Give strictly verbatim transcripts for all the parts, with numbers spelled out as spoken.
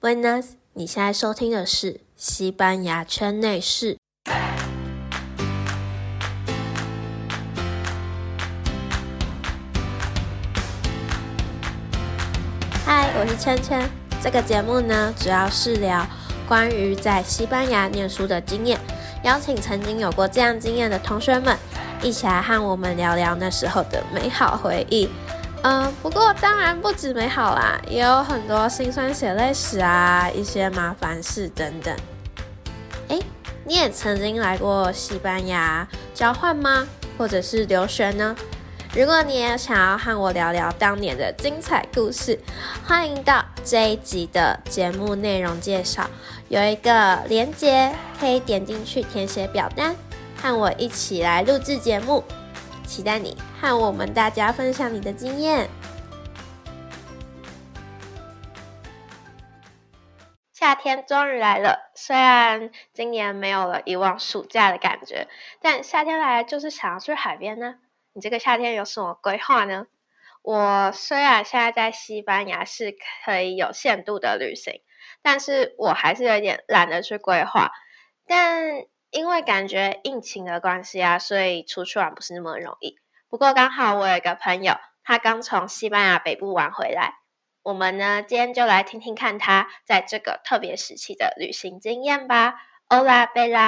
Buenas， 你现在收听的是西班牙圈内事。嗨，我是芊芊。这个节目呢，主要是聊关于在西班牙念书的经验，邀请曾经有过这样经验的同学们，一起来和我们聊聊那时候的美好回忆。嗯，不过当然不止美好啦，也有很多辛酸血泪史啊，一些麻烦事等等。诶，你也曾经来过西班牙交换吗？或者是留学呢？如果你也想要和我聊聊当年的精彩故事，欢迎到这一集的节目内容介绍，有一个连结可以点进去填写表单，和我一起来录制节目。期待你和我们大家分享你的经验。夏天终于来了，虽然今年没有了以往暑假的感觉，但夏天来了就是想要去海边呢。你这个夏天有什么规划呢？我虽然现在在西班牙是可以有限度的旅行，但是我还是有点懒得去规划。但因为感觉疫情的关系啊，所以出去玩不是那么容易。不过刚好我有一个朋友，他刚从西班牙北部玩回来，我们呢今天就来听听看他在这个特别时期的旅行经验吧。Hola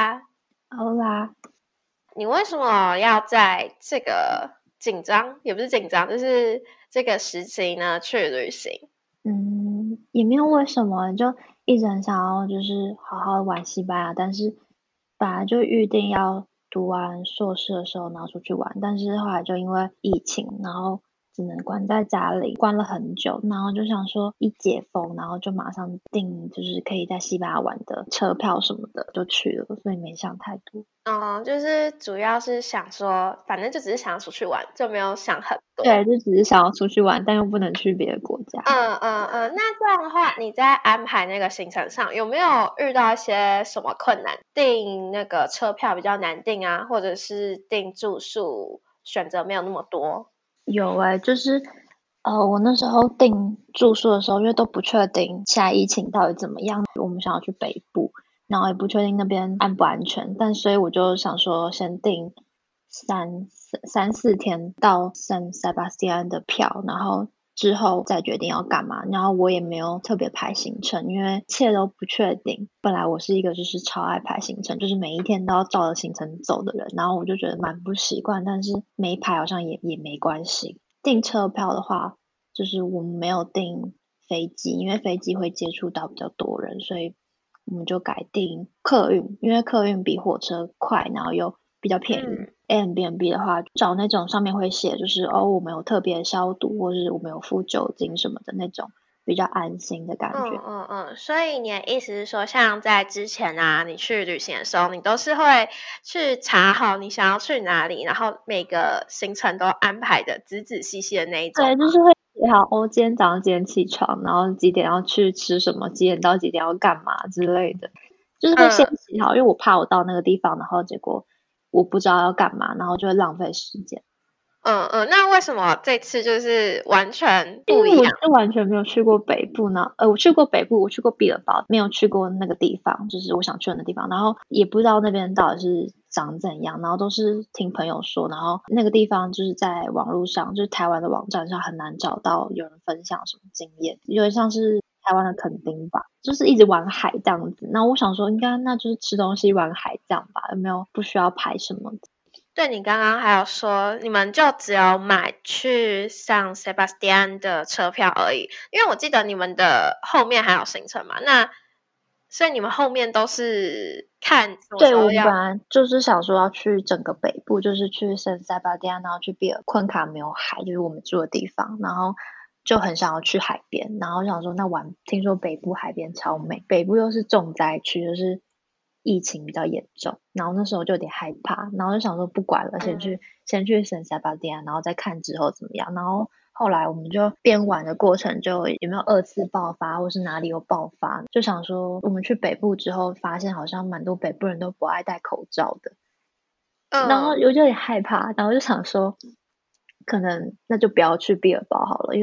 Bella。Hola。你为什么要在这个紧张，也不是紧张，就是这个时期呢去旅行？ 嗯，也没有为什么，就一直很想要就是好好玩西班牙，但是本来就预定要读完硕士的时候然后出去玩，但是后来就因为疫情，然后只能关在家里，关了很久，然后就想说一解封，然后就马上订就是可以在西班牙玩的车票什么的就去了，所以没想太多。 哦，就是主要是想说，反正就只是想要出去玩，就没有想很多。 对，就只是想要出去玩，但又不能去别的国家。 嗯嗯嗯，那这样的话，你在安排那个行程上有没有遇到一些什么困难？订那个车票比较难订啊，或者是订住宿选择没有那么多？ 有欸，就是呃，我那时候订住宿的时候，因为都不确定现在疫情到底怎么样，我们想要去北部，然后也不确定那边安不安全，但所以我就想说先订三三四天到圣塞巴斯蒂安的票，然后之后再决定要干嘛。然后我也没有特别排行程，因为一切都不确定。本来我是一个就是超爱排行程，就是每一天都要照着行程走的人，然后我就觉得蛮不习惯，但是没排好像也也没关系。订车票的话，就是我们没有订飞机，因为飞机会接触到比较多人，所以我们就改订客运，因为客运比火车快，然后又比较便宜。嗯、Airbnb 的话，找那种上面会写就是哦，我们有特别消毒，或是我们有附酒精什么的那种，比较安心的感觉。 嗯嗯嗯，所以你的意思是说，像在之前啊，你去旅行的时候，你都是会去查好你想要去哪里，然后每个行程都安排的仔仔细细的那一种。 对，就是会写好哦，今天早上几点起床，然后几点要去吃什么，几点到几点要干嘛之类的，就是会先写好，嗯、因为我怕我到那个地方，然后结果我不知道要干嘛，然后就会浪费时间。 嗯嗯，那为什么这次就是完全不一样？ 因为我是完全没有去过北部呢，呃，我去过北部，我去过毕尔包，没有去过那个地方，就是我想去的那地方，然后也不知道那边到底是长怎样，然后都是听朋友说，然后那个地方就是在网络上，就是台湾的网站上很难找到有人分享什么经验，有点像是台湾的垦丁吧，就是一直玩海这样子。那我想说，应该那就是吃东西玩海这样吧，有没有不需要排什么的？ 对，你刚刚还有说，你们就只有买去上 Sebastian 的车票而已，因为我记得你们的后面还有行程嘛，那所以你们后面都是看什么时候要？ 对，我们本来就是想说要去整个北部，就是去圣塞巴蒂安，然后去比尔昆卡没有海，就是我们住的地方，然后就很想要去海边，然后想说那玩，听说北部海边超美，北部又是重灾区，就是疫情比较严重，然后那时候就有点害怕，然后就想说不管了，先去、嗯、先去圣塞巴蒂安，然后再看之后怎么样，然后后来我们就边玩的过程就有没有二次爆发，或是哪里有爆发，就想说我们去北部之后发现好像蛮多北部人都不爱戴口罩的，嗯、然后我就有点害怕，然后就想说可能那就不要去毕尔包好了，因为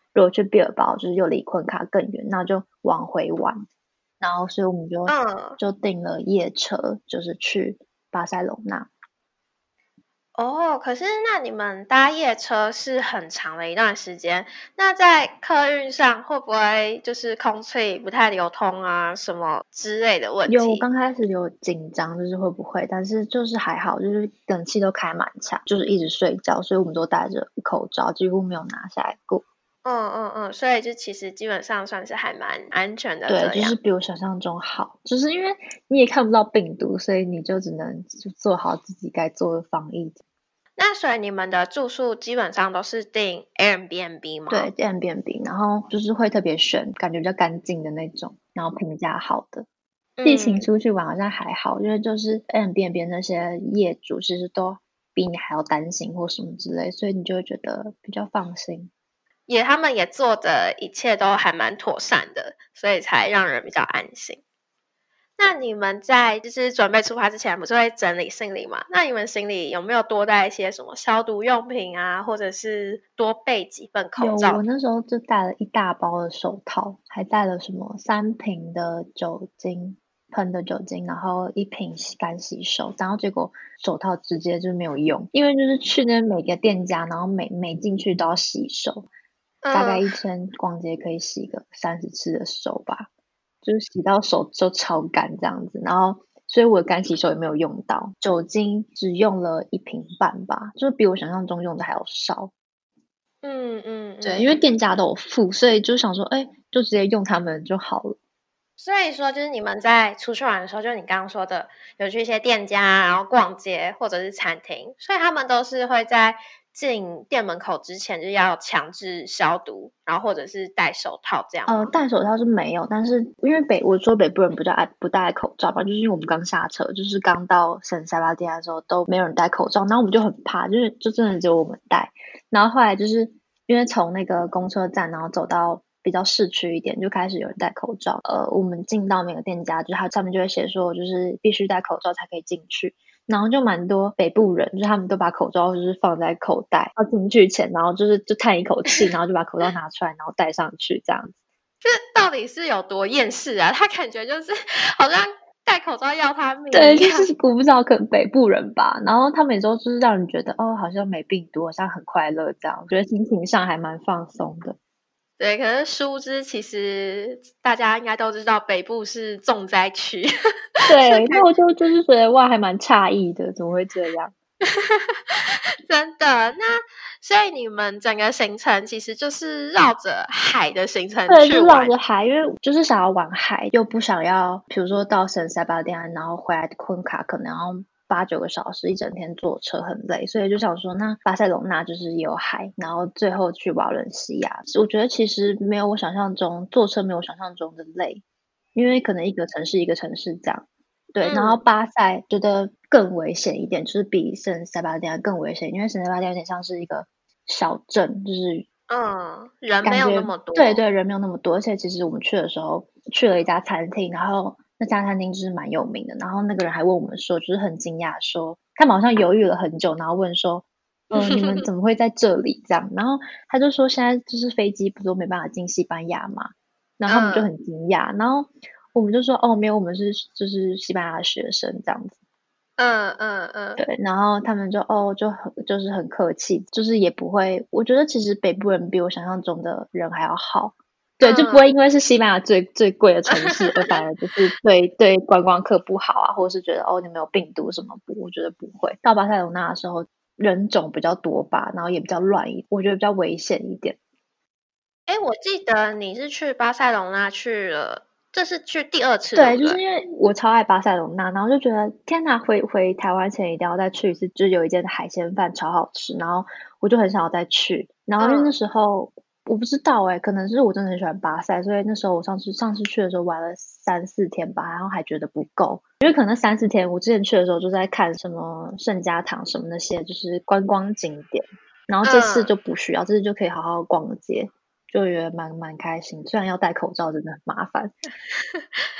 如果去毕尔包就是又离昆卡更远，那就往回玩。然后所以我们就、 嗯、 就订了夜车，就是去巴塞隆纳。 哦，可是那你们搭夜车是很长的一段时间，那在客运上会不会就是空气不太流通啊，什么之类的问题？ 有，刚开始有紧张，就是会不会，但是就是还好，就是冷气都开蛮强，就是一直睡觉，所以我们都戴着口罩，几乎没有拿下来过。 嗯嗯嗯，所以就其实基本上算是还蛮安全的这对， 样。 就是比我想象中好，就是因为你也看不到病毒，所以你就只能就做好自己该做的防疫。 那所以你们的住宿基本上都是订 Airbnb 吗？ 对 ，Airbnb，然后就是会特别选感觉比较干净的那种，然后评价好的。疫情嗯， 出去玩好像还好，因为就是 Airbnb 那些业主其实都比你还要担心或什么之类，所以你就会觉得比较放心。 也他们也做的一切都还蛮妥善的，所以才让人比较安心。那你们在就是准备出发之前，不是会整理行李吗？那你们行李有没有多带一些什么消毒用品啊，或者是多备几份口有， 罩？ 我那时候就带了一大包的手套，还带了什么三瓶的酒精喷的酒精，然后一瓶洗干洗手，然后结果手套直接就没有用，因为就是去那每个店家，然后每每进去都要洗手，大概嗯， 一天逛街可以洗个三十次的手吧，就是洗到手就超干这样子，然后所以我的干洗手也没有用到，酒精只用了一瓶半吧，就是比我想象中用的还要少。 嗯嗯嗯， 对，因为店家都有付，所以就想说，哎，就直接用他们就好了。 所以说，就是你们在出去玩的时候，就你刚刚说的，有去一些店家，然后逛街或者是餐厅，所以他们都是会在进店门口之前就要强制消毒，然后或者是戴手套这样呃， 吗？ 戴手套是没有，但是因为北我说北部人不叫爱不戴口罩嘛，就是因为我们刚下车，就是刚到圣塞巴蒂亚的时候都没有人戴口罩，然后我们就很怕，就是就真的只有我们戴。然后后来就是因为从那个公车站，然后走到比较市区一点，就开始有人戴口罩。呃，我们进到每个店家，就是它上面就会写说，就是必须戴口罩才可以进去。然后就蛮多北部人，就是他们都把口罩就是放在口袋，要进去前，然后就是就叹一口气，然后就把口罩拿出来，然后戴上去这样子。 这到底是有多厌世啊？他感觉就是好像戴口罩要他命对， 一样。 就是我不知道，可能北部人吧。然后他每周就是让人觉得哦，好像没病毒，好像很快乐这样，我觉得心情上还蛮放松的。 对，可是殊不知，其实大家应该都知道，北部是重灾区。 对，那我就就是觉得哇，还蛮诧异的，怎么会这样？ 真的，那所以你们整个行程其实就是绕着海的行程对，就绕去玩。 着海，因为就是想要玩海，又不想要，比如说到圣塞巴蒂安，然后回来昆卡可能要八九个小时，一整天坐车很累，所以就想说，那巴塞隆纳就是有海，然后最后去瓦伦西亚。我觉得其实没有我想象中坐车没有我想象中的累，因为可能一个城市一个城市这样。对，然后嗯巴塞觉得更危险一点，就是比圣塞巴蒂安更危险，因为圣塞巴蒂安有点像是一个小镇，就是嗯，人没感觉有那么多。 对对，人没有那么多，而且其实我们去的时候去了一家餐厅，然后那家餐厅就是蛮有名的，然后那个人还问我们说，就是很惊讶说，他们好像犹豫了很久，然后问说，呃，你们怎么会在这里这样？然后他就说现在就是飞机不都没办法进西班牙嘛，然后他们就嗯很惊讶，然后我们就说哦，没有，我们是就是西班牙的学生这样子。 嗯嗯嗯， 对，然后他们就哦，就很就是很客气，就是也不会，我觉得其实北部人比我想象中的人还要好，对，就不会嗯因为是西班牙最最贵的城市，而反而就是对对观光客不好啊，或者是觉得哦你们有病毒什么不，我觉得不会。到巴塞罗那的时候，人种比较多吧，然后也比较乱一，我觉得比较危险一点。 诶，我记得你是去巴塞隆纳去了，这是去第二次，对对， 不对？ 就是因为我超爱巴塞隆纳，然后就觉得天哪，回回台湾前一定要再去一次，就是有一间海鲜饭超好吃，然后我就很想要再去。然后因为那嗯时候我不知道哎、可能是我真的很喜欢巴塞，所以那时候我上次上次去的时候玩了三四天吧，然后还觉得不够，因为可能三四天我之前去的时候就在看什么圣家堂什么那些就是观光景点，然后这次嗯， 就不需要，这次就可以好好逛街。就觉得蛮蛮开心，虽然要戴口罩真的很麻烦。 那这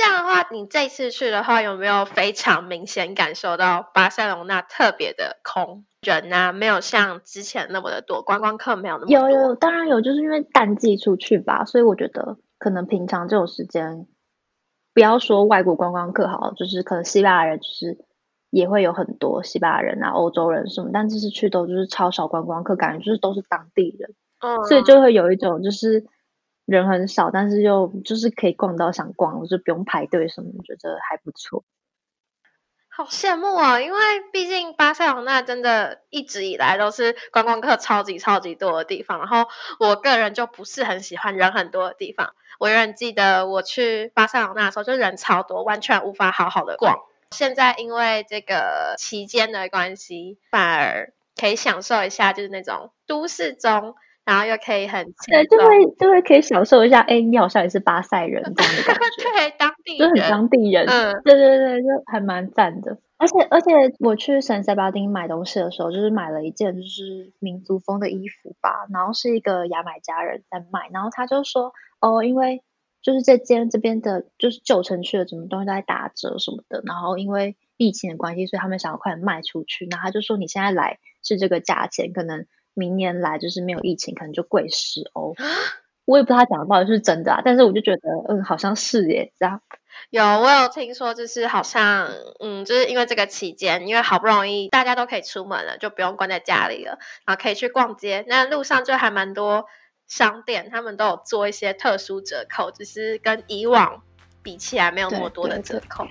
样的话，你这次去的话，有没有非常明显感受到巴塞隆纳特别的空人啊？没有像之前那么的多，观光客没有那么多。 有有有，当然有，就是因为淡季出去吧，所以我觉得可能平常这种时间，不要说外国观光客好了，就是可能西班牙人就是也会有很多西班牙人啊、欧洲人什么，但这次去都就是超少观光客，感觉就是都是当地人， 嗯， 所以就会有一种就是人很少，但是又就是可以逛到想逛，我就不用排队什么，我觉得还不错。 好羡慕哦，因为毕竟巴塞罗那真的一直以来都是观光客超级超级多的地方，然后我个人就不是很喜欢人很多的地方。我永远记得我去巴塞罗那的时候，就人超多，完全无法好好的逛。现在因为这个期间的关系，反而可以享受一下，就是那种都市中，然后又可以很对，就会就会可以享受一下，哎，你好像也是巴塞人这样的感觉， 对，当地就人， 很当地人， 嗯， 对对对，就还蛮赞的。而且而且我去圣塞巴丁买东西的时候，就是买了一件就是民族风的衣服吧，然后是一个牙买加人在卖，然后他就说，哦，因为就是这间这边的，就是旧城区的什么东西都在打折什么的，然后因为疫情的关系，所以他们想要快点卖出去，然后他就说你现在来是这个价钱，可能明年来就是没有疫情，可能就贵十欧。我也不知道他讲的到底是真的啊，但是我就觉得，嗯，好像是耶，这样。 有，我有听说，就是好像，嗯，就是因为这个期间，因为好不容易大家都可以出门了，就不用关在家里了，然后可以去逛街。那路上就还蛮多商店，他们都有做一些特殊折扣，只是跟以往比起来没有那么多的折扣。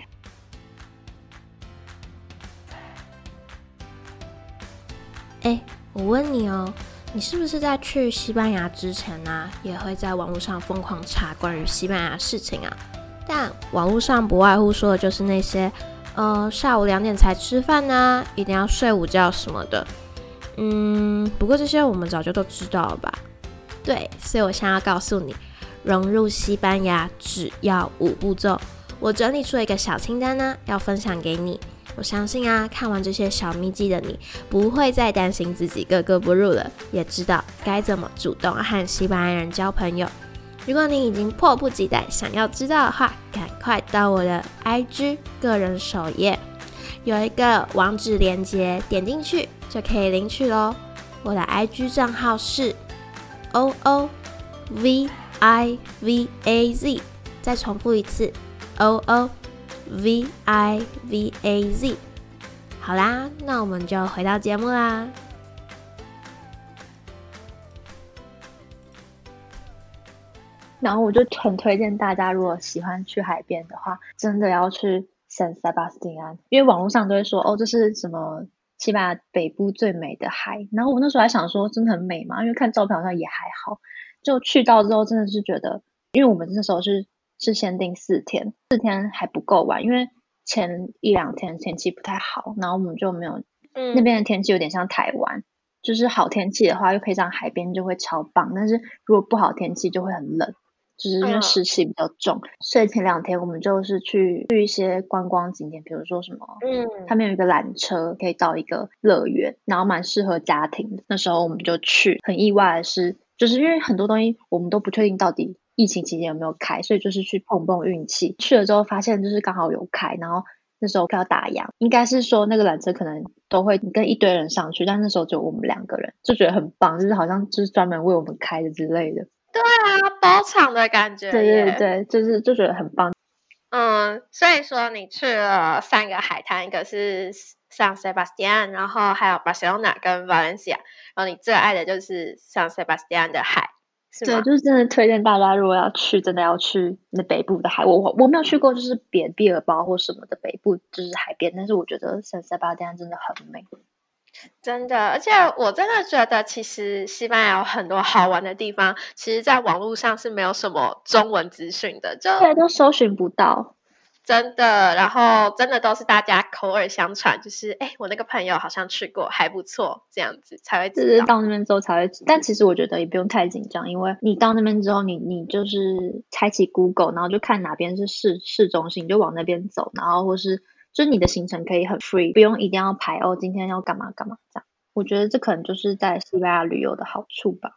哎，我问你哦，你是不是在去西班牙之前呢、啊，也会在网络上疯狂查关于西班牙的事情啊？但网络上不外乎说的就是那些，呃，下午两点才吃饭啊，一定要睡午觉什么的。嗯，不过这些我们早就都知道了吧？对，所以我想要告诉你，融入西班牙只要五步骤。我整理出了一个小清单呢，要分享给你。我相信啊，看完这些小秘籍的你，不会再担心自己格格不入了，也知道该怎么主动和西班牙人交朋友。如果你已经迫不及待想要知道的话，赶快到我的 I G 个人首页，有一个网址连结，点进去就可以领取咯。我的 I G 账号是 O O V I V A Z， 再重复一次 O O V I V A Z。 好啦，那我们就回到节目啦。 然后我就很推荐大家，如果喜欢去海边的话，真的要去 San Sebastián， 因为网络上都会说，哦，这是什么西班牙北部最美的海。然后我那时候还想说，真的很美吗？因为看照片好像也还好。就去到之后，真的是觉得，因为我们那时候是是限定四天，四天还不够玩，因为前一两天天气不太好，然后我们就没有， 嗯， 那边的天气有点像台湾，就是好天气的话，又可以上海边就会超棒，但是如果不好天气就会很冷。就是因为湿气比较重，嗯、所以前两天我们就是去去一些观光景点，比如说什么，嗯，他们有一个缆车可以到一个乐园，然后蛮适合家庭的。那时候我们就去，很意外的是，就是因为很多东西我们都不确定到底疫情期间有没有开，所以就是去碰碰运气。去了之后发现就是刚好有开，然后那时候要打烊，应该是说那个缆车可能都会跟一堆人上去，但那时候只有我们两个人，就觉得很棒，就是好像就是专门为我们开的之类的。 对啊，包场的感觉。 对对对，就是就觉得很棒。 嗯，所以说你去了三个海滩，一个是 San Sebastián， 然后还有 Barcelona 跟 Valencia， 然后你最爱的就是 San Sebastián 的海，是吗？ 对，就是真的推荐大家，如果要去，真的要去那北部的海。我我没有去过，就是别毕尔包或什么的北部，就是海边，但是我觉得 San Sebastián 真的很美。 真的，而且我真的觉得，其实西班牙有很多好玩的地方，其实在网络上是没有什么中文资讯的，就对，都搜寻不到。 真的，然后真的都是大家口耳相传，就是哎，我那个朋友好像去过，还不错，这样子才会知道。 就是到那边之后才会，但其实我觉得也不用太紧张，因为你到那边之后，你你就是开启 Google， 然后就看哪边是市市中心，你就往那边走，然后或是就是你的行程可以很 free， 不用一定要排哦，今天要干嘛干嘛这样。我觉得这可能就是在西班牙旅游的好处吧。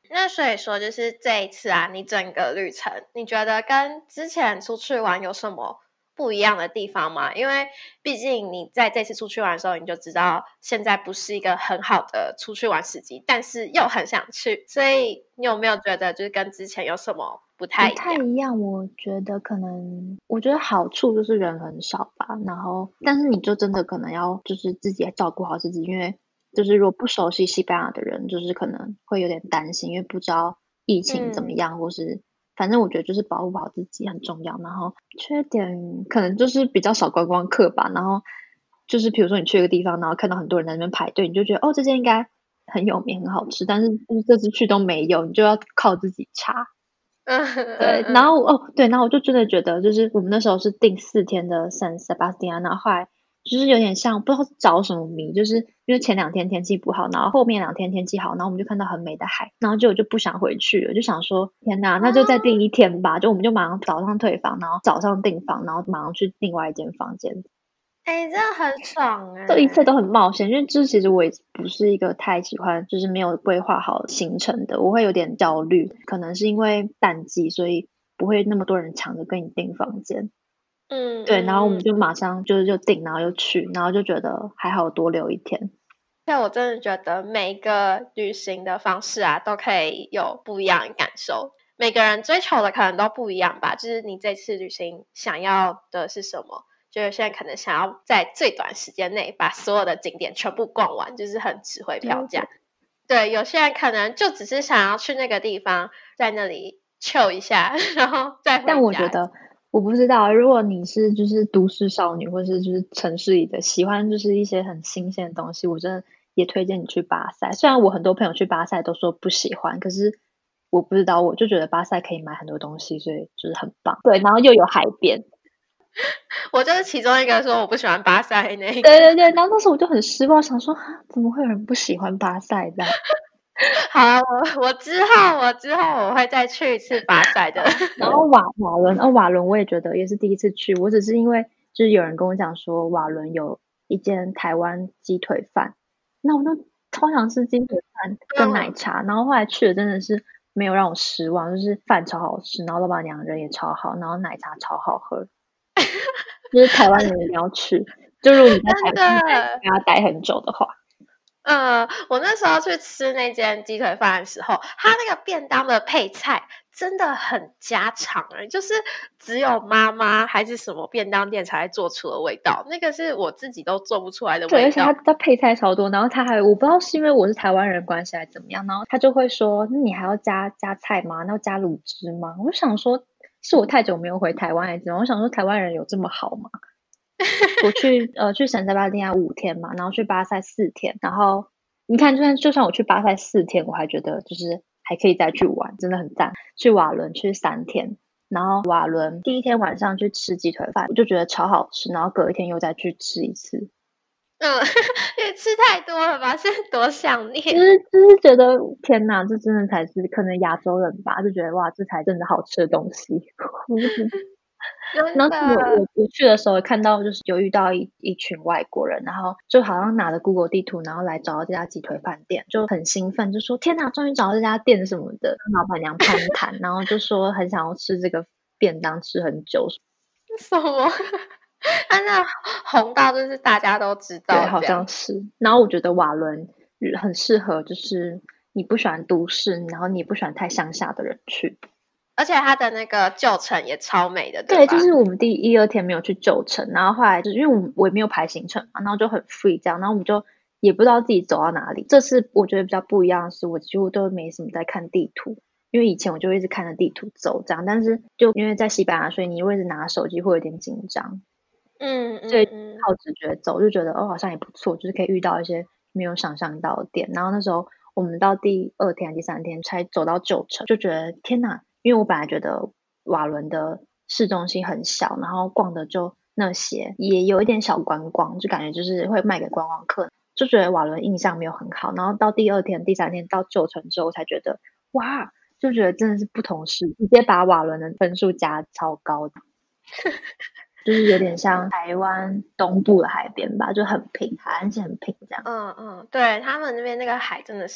那所以说就是这一次啊，你整个旅程你觉得跟之前出去玩有什么不一样的地方吗？因为毕竟你在这次出去玩的时候，你就知道现在不是一个很好的出去玩时机，但是又很想去，所以你有没有觉得就是跟之前有什么不太一不样？ 太一样，我觉得可能，我觉得好处就是人很少吧，然后但是你就真的可能要就是自己照顾好自己，因为就是如果不熟悉西班牙的人，就是可能会有点担心，因为不知道疫情怎么嗯样，或是反正我觉得就是保护好自己很重要。然后缺点可能就是比较少观光客吧，然后就是比如说你去一个地方，然后看到很多人在那边排队，你就觉得哦这间应该很有名很好吃，但是就是这次去都没有，你就要靠自己查。 嗯对， 嗯嗯然后哦，对，然后我就真的觉得，就是我们那时候是订四天的 San Sebastian，然后后来就是有点像不知道找什么迷，就是因为前两天天气不好，然后后面两天天气好，然后我们就看到很美的海，然后就我就不想回去了，就想说天哪，那就再订一天吧，就我们就马上早上退房，然后早上订房，然后马上去另外一间房间， 哎、真的很爽哎、 这一切都很冒险，因为就是其实我也不是一个太喜欢就是没有规划好行程的，我会有点焦虑，可能是因为淡季，所以不会那么多人抢着跟你订房间。 嗯对，然后我们嗯嗯， 就马上就是就订，然后又去，然后就觉得还好多留一天。 但我真的觉得每一个旅行的方式啊，都可以有不一样的感受。每个人追求的可能都不一样吧，就是你这次旅行想要的是什么？就有些人可能想要在最短时间内把所有的景点全部逛完，就是很值回票对价。对，有些人可能就只是想要去那个地方，在那里 chill 一下，然后再回但我家。 觉得我不知道，如果你是就是都市少女，或是就是城市里的，喜欢就是一些很新鲜的东西，我真的也推荐你去巴塞。虽然我很多朋友去巴塞都说不喜欢，可是我不知道，我就觉得巴塞可以买很多东西，所以就是很棒。对，然后又有海边。 我就是其中一个说我不喜欢巴塞那一个。 对对对，然后那时候我就很失望，想说哈怎么会有人不喜欢巴塞这样？ 好啊，我我之后我之后我会再去一次巴塞的。 然后瓦瓦伦，哦，瓦伦我也觉得也是第一次去，我只是因为就是有人跟我讲说瓦伦有一间台湾鸡腿饭，那我就超想吃鸡腿饭跟奶茶，然后后来去了真的是没有让我失望，就是饭超好吃，然后老板娘人也超好，然后奶茶超好喝，就是台湾人一定要去，就如果你在台真湾的， 要待很久的话。 嗯，我那时候去吃那间鸡腿饭的时候，它那个便当的配菜真的很家常欸，就是只有妈妈还是什么便当店才会做出的味道，那个是我自己都做不出来的对，而味道。 且他他配菜超多，然后他还我不知道是因为我是台湾人关系还是怎么样，然后他就会说，那你还要加加菜吗？那要加卤汁吗？我就想说，是我太久没有回台湾还是怎么样？我想说台湾人有这么好吗？我去呃去圣塞巴蒂亚五天嘛，然后去巴塞四天，然后你看，就算就算我去巴塞四天，我还觉得就是还可以再去玩，真的很赞。去瓦伦去三天，然后瓦伦第一天晚上去吃鸡腿饭，我就觉得超好吃，然后隔一天又再去吃一次， 嗯，因为吃太多了吧，现在多想念。 就是就是觉得天哪，这真的才是可能亚洲人吧，就觉得哇，这才真的好吃的东西。我不知真然后我的， 我我去的时候看到就是有遇到一一群外国人，然后就好像拿着 Google 地图，然后来找到这家鸡腿饭店，就很兴奋，就说天哪，终于找到这家店什么的，跟老板娘攀谈，然后就说很想要吃这个便当，吃很久。 什么？它那红到就是大家都知对，好道这样。 像是。然后我觉得瓦伦很适合，就是你不喜欢都市，然后你也不喜欢太乡下的人去。 而且它的那个旧城也超美的， 对， 吧？ 就是我们第一二天没有去旧城，然后后来就是因为我我也没有排行程嘛，然后就很 free 这样，然后我们就也不知道自己走到哪里。这次我觉得比较不一样的是，我几乎都没什么在看地图，因为以前我就一直看着地图走这样，但是就因为在西班牙，所以你会一直拿手机会有点紧张， 嗯嗯所以嗯， 靠直觉走就觉得哦好像也不错，就是可以遇到一些没有想象到的店。然后那时候我们到第二天第三天才走到旧城，就觉得天哪，因为我本来觉得瓦伦的市中心很小，然后逛的就那些，也有一点小观光，就感觉就是会卖给观光客，就觉得瓦伦印象没有很好。然后到第二天第三天到旧城之后才觉得哇，就觉得真的是不同世，直接把瓦伦的分数加超高的就是有点像台湾东部的海边吧，就很平，海岸线很平这样。 嗯嗯，对他们那边那个海真的是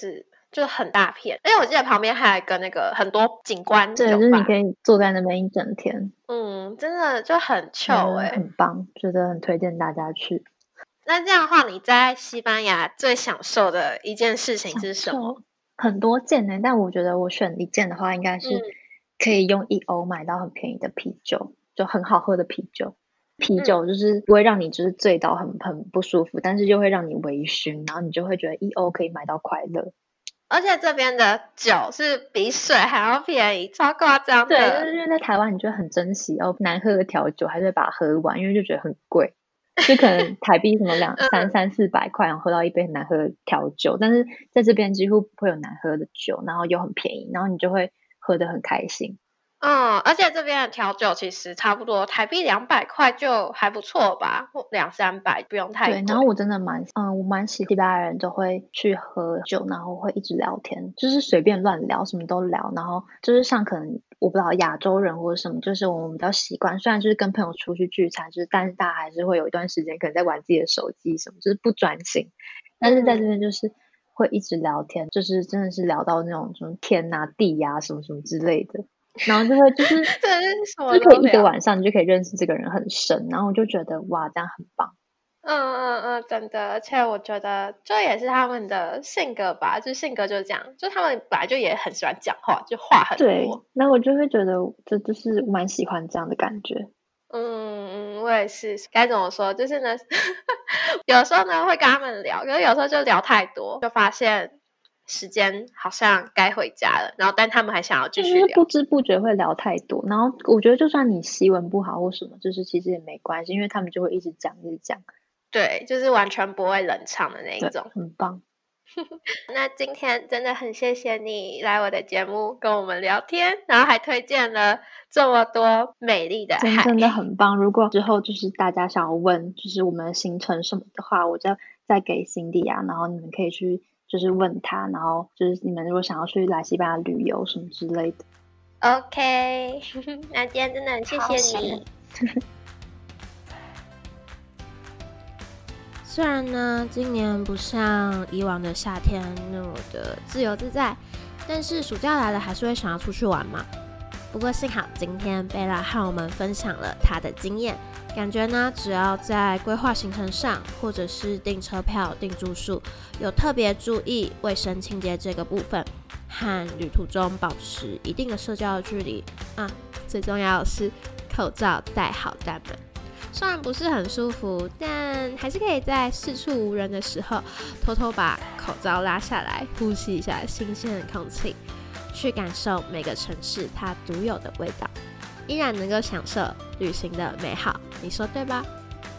就很大片，而且我记得旁边还有一个那个很多景观酒对， 吧， 就是你可以坐在那边一整天。 嗯，真的就很 chill 哎、欸， 很棒，觉得很推荐大家去。 那这样的话，你在西班牙最享受的一件事情是什么？ 很多件呢、欸，但我觉得我选一件的话，应该是可以用一欧买到很便宜的啤酒，就很好喝的啤酒。啤酒就是不会让你就是醉到很很不舒服，但是又会让你微醺，然后你就会觉得一欧可以买到快乐。 而且这边的酒是比水还要便宜，超夸张的。 对，就是因为在台湾你就很珍惜哦，难喝的调酒还是会把它喝完，因为就觉得很贵，就可能台币什么两三三四百块，然后喝到一杯很难喝的调酒，但是在这边几乎不会有难喝的酒，然后又很便宜，然后你就会喝得很开心。 嗯，而且这边的调酒其实差不多台币两百块就还不错吧，两三百不用太贵。 对，然后我真的蛮嗯，我蛮喜欢西班牙人都会去喝酒，然后会一直聊天，就是随便乱聊，什么都聊，然后就是像可能我不知道亚洲人或者什么，就是我们比较习惯，虽然就是跟朋友出去聚餐，就是但是大家还是会有一段时间可能在玩自己的手机什么，就是不专心，但是在这边就是会一直聊天，嗯、就是真的是聊到那种什么天啊地啊什么什么之类的。然后就会就是就可以一个晚上你就可以认识这个人很深，然后我就觉得哇这样很棒。 嗯嗯嗯，真的，而且我觉得这也是他们的性格吧，就性格就是这样，就他们本来就也很喜欢讲话，就话很多。 对，那我就会觉得这就是蛮喜欢这样的感觉。 嗯嗯，我也是，该怎么说，就是呢有时候呢会跟他们聊，可是有时候就聊太多，就发现时间好像该回家了，然后但他们还想要继续聊， 就是不知不觉会聊太多，然后我觉得就算你西文不好或什么，就是其实也没关系，因为他们就会一直讲一直讲。 对，就是完全不会冷场的那一种， 很棒。 那今天真的很谢谢你来我的节目跟我们聊天，然后还推荐了这么多美丽的海， 真的很棒。如果之后就是大家想要问就是我们的行程什么的话，我就再给 Cindy 啊，然后你们可以去就是问他，然后就是你们如果想要去来西班牙旅游什么之类的。 OK 那今天真的很谢谢你。 虽然呢今年不像以往的夏天那么的自由自在，但是暑假来了还是会想要出去玩嘛。不过幸好今天贝拉和我们分享了她的经验，感觉呢只要在规划行程上或者是订车票订住宿有特别注意卫生清洁这个部分，和旅途中保持一定的社交距离啊，最重要的是口罩戴好戴满。虽然不是很舒服，但还是可以在四处无人的时候偷偷把口罩拉下来，呼吸一下新鲜的空气，去感受每个城市它独有的味道，依然能够享受旅行的美好，你说对吧？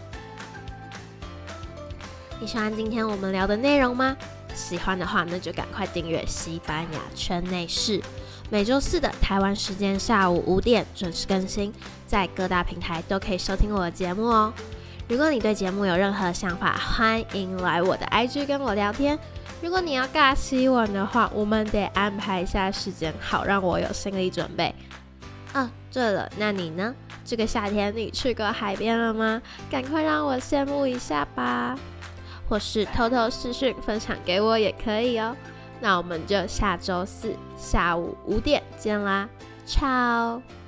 你喜欢今天我们聊的内容吗？喜欢的话，那就赶快订阅西班牙圈内事，每周四的台湾时间下午五点准时更新，在各大平台都可以收听我的节目哦。如果你对节目有任何想法，欢迎来我的 I G 跟我聊天。如果你要尬西文的话，我们得安排一下时间，好让我有心理准备。啊，对了，那你呢？这个夏天你去过海边了吗？赶快让我羡慕一下吧，或是偷偷视讯分享给我也可以哦。那我们就下周四下午五点见啦，ciao。